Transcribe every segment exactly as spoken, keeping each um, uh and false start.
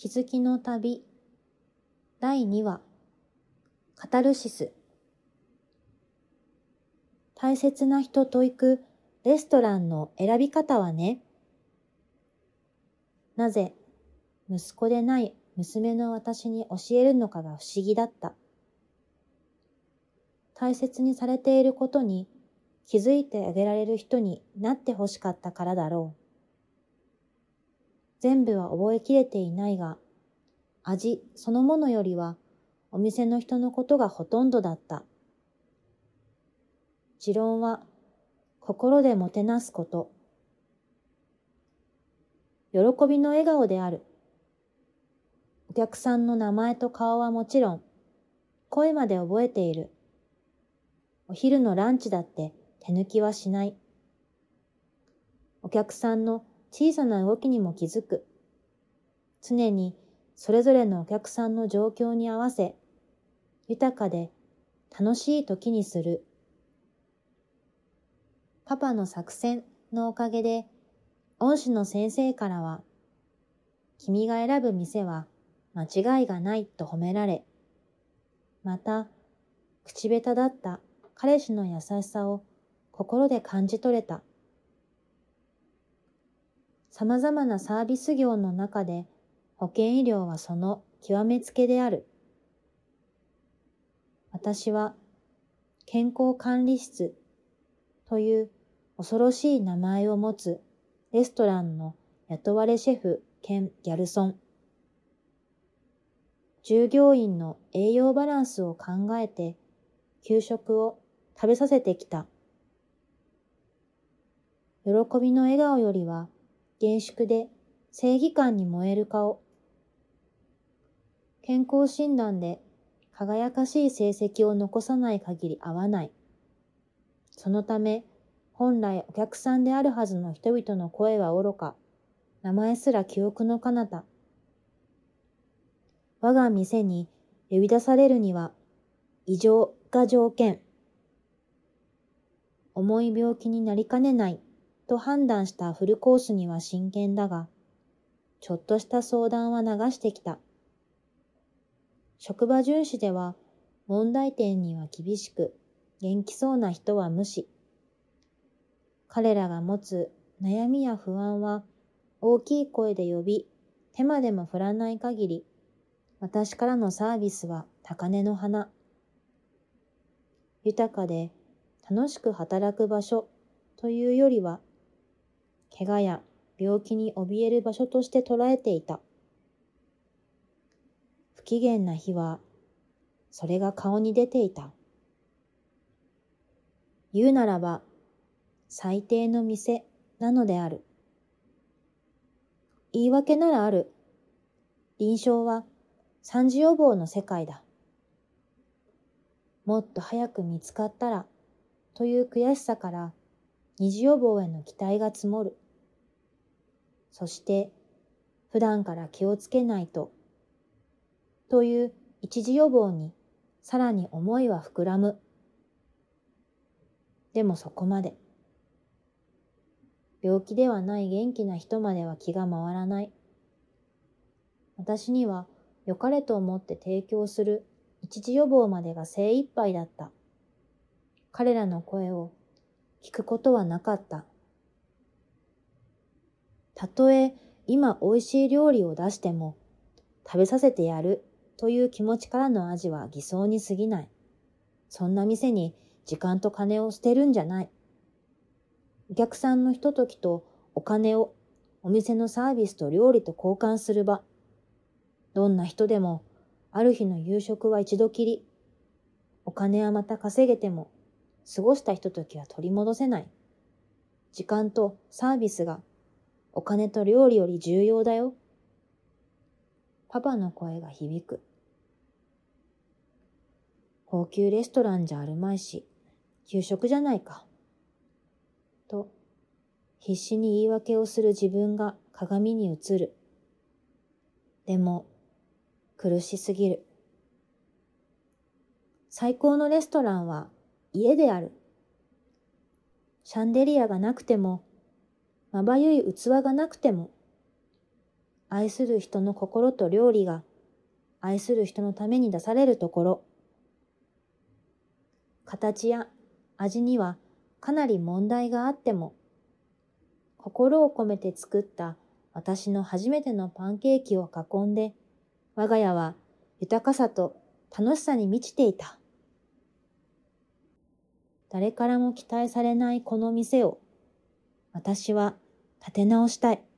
づきの旅だいにわカタルシス。大切な人と行くレストランの選び方はね。なぜ息子でない娘の私に教えるのかが不思議だった。大切にされていることに気づいてあげられる人になってほしかったからだろう。全部は覚えきれていないが、味そのものよりはお店の人のことがほとんどだった。持論は心でもてなすこと。喜びの笑顔である。お客さんの名前と顔はもちろん、声まで覚えている。お昼のランチだって手抜きはしない。お客さんの小さな動きにも気づく。常にそれぞれのお客さんの状況に合わせ、豊かで楽しい時にする。パパの作戦のおかげで、恩師の先生からは、君が選ぶ店は間違いがないと褒められ、また、口下手だった彼氏の優しさを心で感じ取れた。様々なサービス業の中で保険医療はその極めつけである。私は健康管理室という恐ろしい名前を持つレストランの雇われシェフ兼ギャルソン。従業員の栄養バランスを考えて給食を食べさせてきた。喜びの笑顔よりは厳粛で正義感に燃える顔。健康診断で輝かしい成績を残さない限り合わない。そのため、本来お客さんであるはずの人々の声は愚か、名前すら記憶の彼方。我が店に呼び出されるには、異常が条件。重い病気になりかねないと判断したフルコースには真剣だが、ちょっとした相談は流してきた。職場巡視では問題点には厳しく、元気そうな人は無視。彼らが持つ悩みや不安は大きい声で呼び、手までも振らない限り、私からのサービスは高嶺の花。豊かで楽しく働く場所というよりは、怪我や病気に怯える場所として捉えていた。不機嫌な日は、それが顔に出ていた。言うならば、最低の店なのである。言い訳ならある。臨床は三次予防の世界だ。もっと早く見つかったら、という悔しさから二次予防への期待が積もる。そして、普段から気をつけないと、という一次予防にさらに思いは膨らむ。でもそこまで。病気ではない元気な人までは気が回らない。私には良かれと思って提供する一次予防までが精一杯だった。彼らの声を聞くことはなかった。たとえ今美味しい料理を出しても食べさせてやるという気持ちからの味は偽装に過ぎない。そんな店に時間と金を捨てるんじゃない。お客さんのひとときとお金をお店のサービスと料理と交換する場。どんな人でもある日の夕食は一度きり。お金はまた稼げても過ごしたひとときは取り戻せない。時間とサービスがお金と料理より重要だよ。パパの声が響く。高級レストランじゃあるまいし、給食じゃないか。と、必死に言い訳をする自分が鏡に映る。でも、苦しすぎる。最高のレストランは家である。シャンデリアがなくても、まばゆい器がなくても、 愛する人の心と料理が愛する人のために出されるところ。形や味にはかなり問題があっても、心を込めて作った私の初めてのパンケーキを囲んで、我が家は豊かさと楽しさに満ちていた。誰からも期待されないこの店を、私は立て直したい。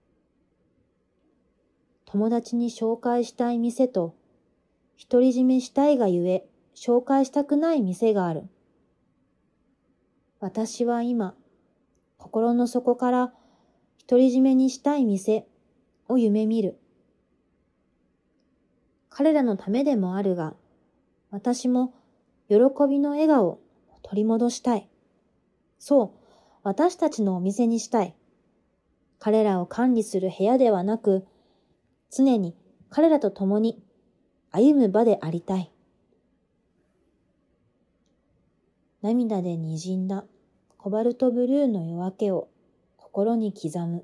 友達に紹介したい店と、独り占めしたいがゆえ、紹介したくない店がある。私は今、心の底から独り占めにしたい店を夢見る。彼らのためでもあるが、私も喜びの笑顔を取り戻したい。そう、私たちのお店にしたい。彼らを管理する部屋ではなく、常に彼らと共に歩む場でありたい。涙で滲んだコバルトブルーの夜明けを心に刻む。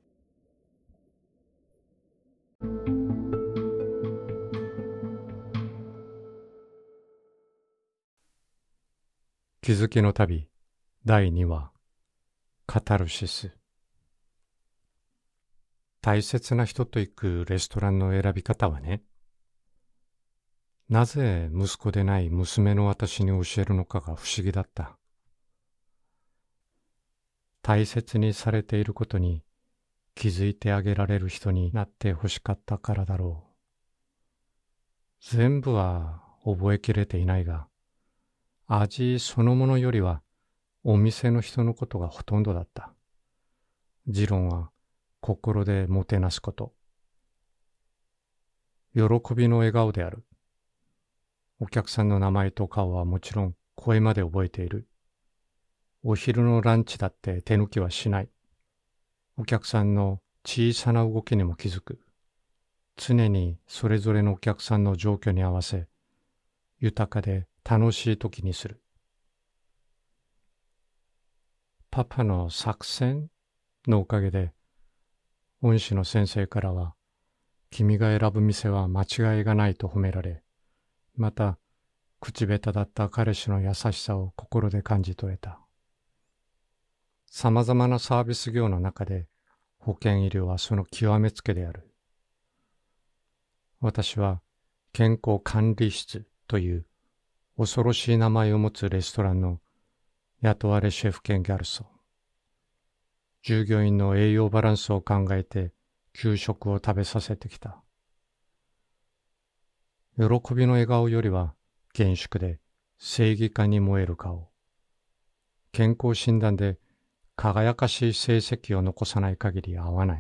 気づきの旅だいにわカタルシス。大切な人と行くレストランの選び方はね、なぜ息子でない娘の私に教えるのかが不思議だった。大切にされていることに気づいてあげられる人になってほしかったからだろう。全部は覚えきれていないが、味そのものよりはお店の人のことがほとんどだった。持論は心でもてなすこと。喜びの笑顔である。お客さんの名前と顔はもちろん声まで覚えている。お昼のランチだって手抜きはしない。お客さんの小さな動きにも気づく。常にそれぞれのお客さんの状況に合わせ、豊かで楽しい時にする。パパの作戦のおかげで、恩師の先生からは、君が選ぶ店は間違いがないと褒められ、また、口下手だった彼氏の優しさを心で感じ取れた。様々なサービス業の中で、保健医療はその極めつけである。私は、健康管理室という恐ろしい名前を持つレストランの雇われシェフ兼ギャルソン。従業員の栄養バランスを考えて給食を食べさせてきた。喜びの笑顔よりは厳粛で正義感に燃える顔。健康診断で輝かしい成績を残さない限り合わない。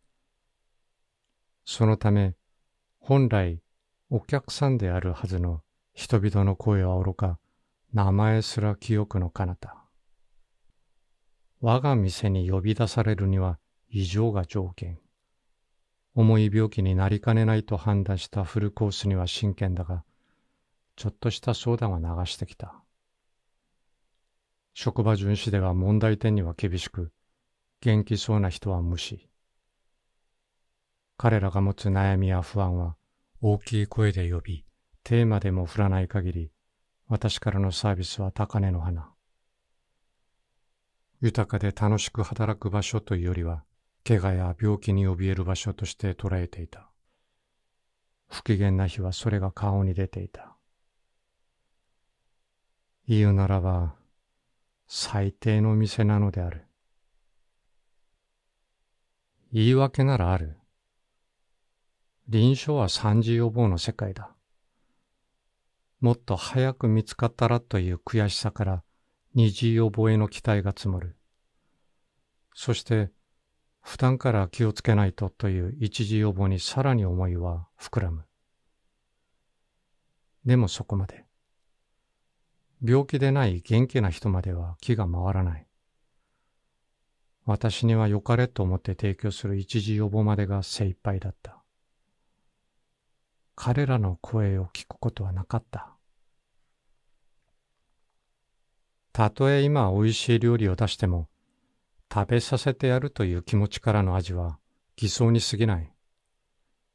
そのため、本来お客さんであるはずの人々の声はおろか、名前すら記憶の彼方。我が店に呼び出されるには以上が条件。重い病気になりかねないと判断したフルコースには真剣だが、ちょっとした相談は流してきた。職場巡視では問題点には厳しく、元気そうな人は無視。彼らが持つ悩みや不安は大きい声で呼び、テーマでも振らない限り、私からのサービスは高嶺の花。豊かで楽しく働く場所というよりは、怪我や病気に怯える場所として捉えていた。不機嫌な日はそれが顔に出ていた。言うならば、最低の店なのである。言い訳ならある。臨床は三次予防の世界だ。もっと早く見つかったらという悔しさから二次予防への期待が積もる。そして、負担から気をつけないとという一次予防にさらに思いは膨らむ。でもそこまで。病気でない元気な人までは気が回らない。私には良かれと思って提供する一次予防までが精一杯だった。彼らの声を聞くことはなかった。たとえ今美味しい料理を出しても、食べさせてやるという気持ちからの味は偽装に過ぎない。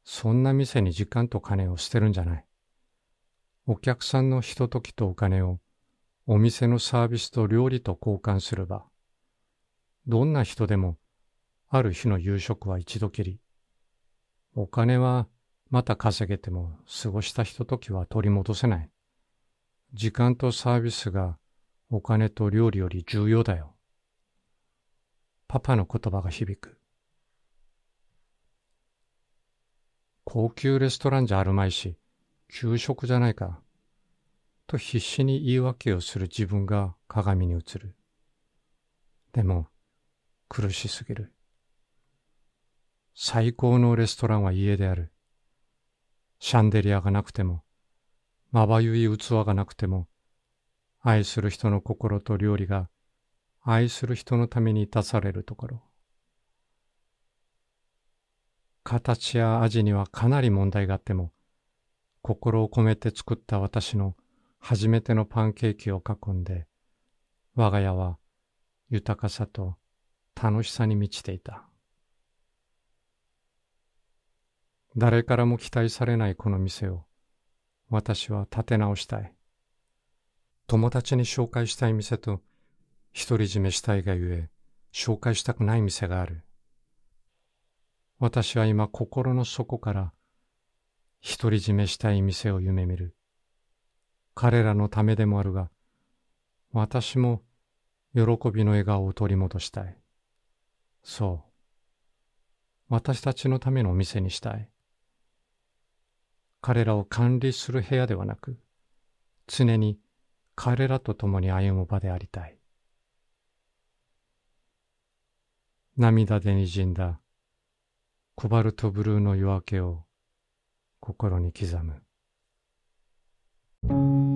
そんな店に時間と金を捨てるんじゃない。お客さんのひとときとお金をお店のサービスと料理と交換する場。どんな人でもある日の夕食は一度きり。お金はまた稼げても過ごしたひとときは取り戻せない。時間とサービスがお金と料理より重要だよ。パパの言葉が響く。高級レストランじゃあるまいし、給食じゃないか。と必死に言い訳をする自分が鏡に映る。でも、苦しすぎる。最高のレストランは家である。シャンデリアがなくても、まばゆい器がなくても、愛する人の心と料理が愛する人のために出されるところ。形や味にはかなり問題があっても、心を込めて作った私の初めてのパンケーキを囲んで、我が家は豊かさと楽しさに満ちていた。誰からも期待されないこの店を私は立て直したい。友達に紹介したい店と独り占めしたいがゆえ紹介したくない店がある。私は今心の底から独り占めしたい店を夢見る。彼らのためでもあるが、私も喜びの笑顔を取り戻したい。そう。私たちのためのお店にしたい。彼らを管理する部屋ではなく、常に彼らと共に歩む場でありたい。涙で滲んだコバルトブルーの夜明けを心に刻む。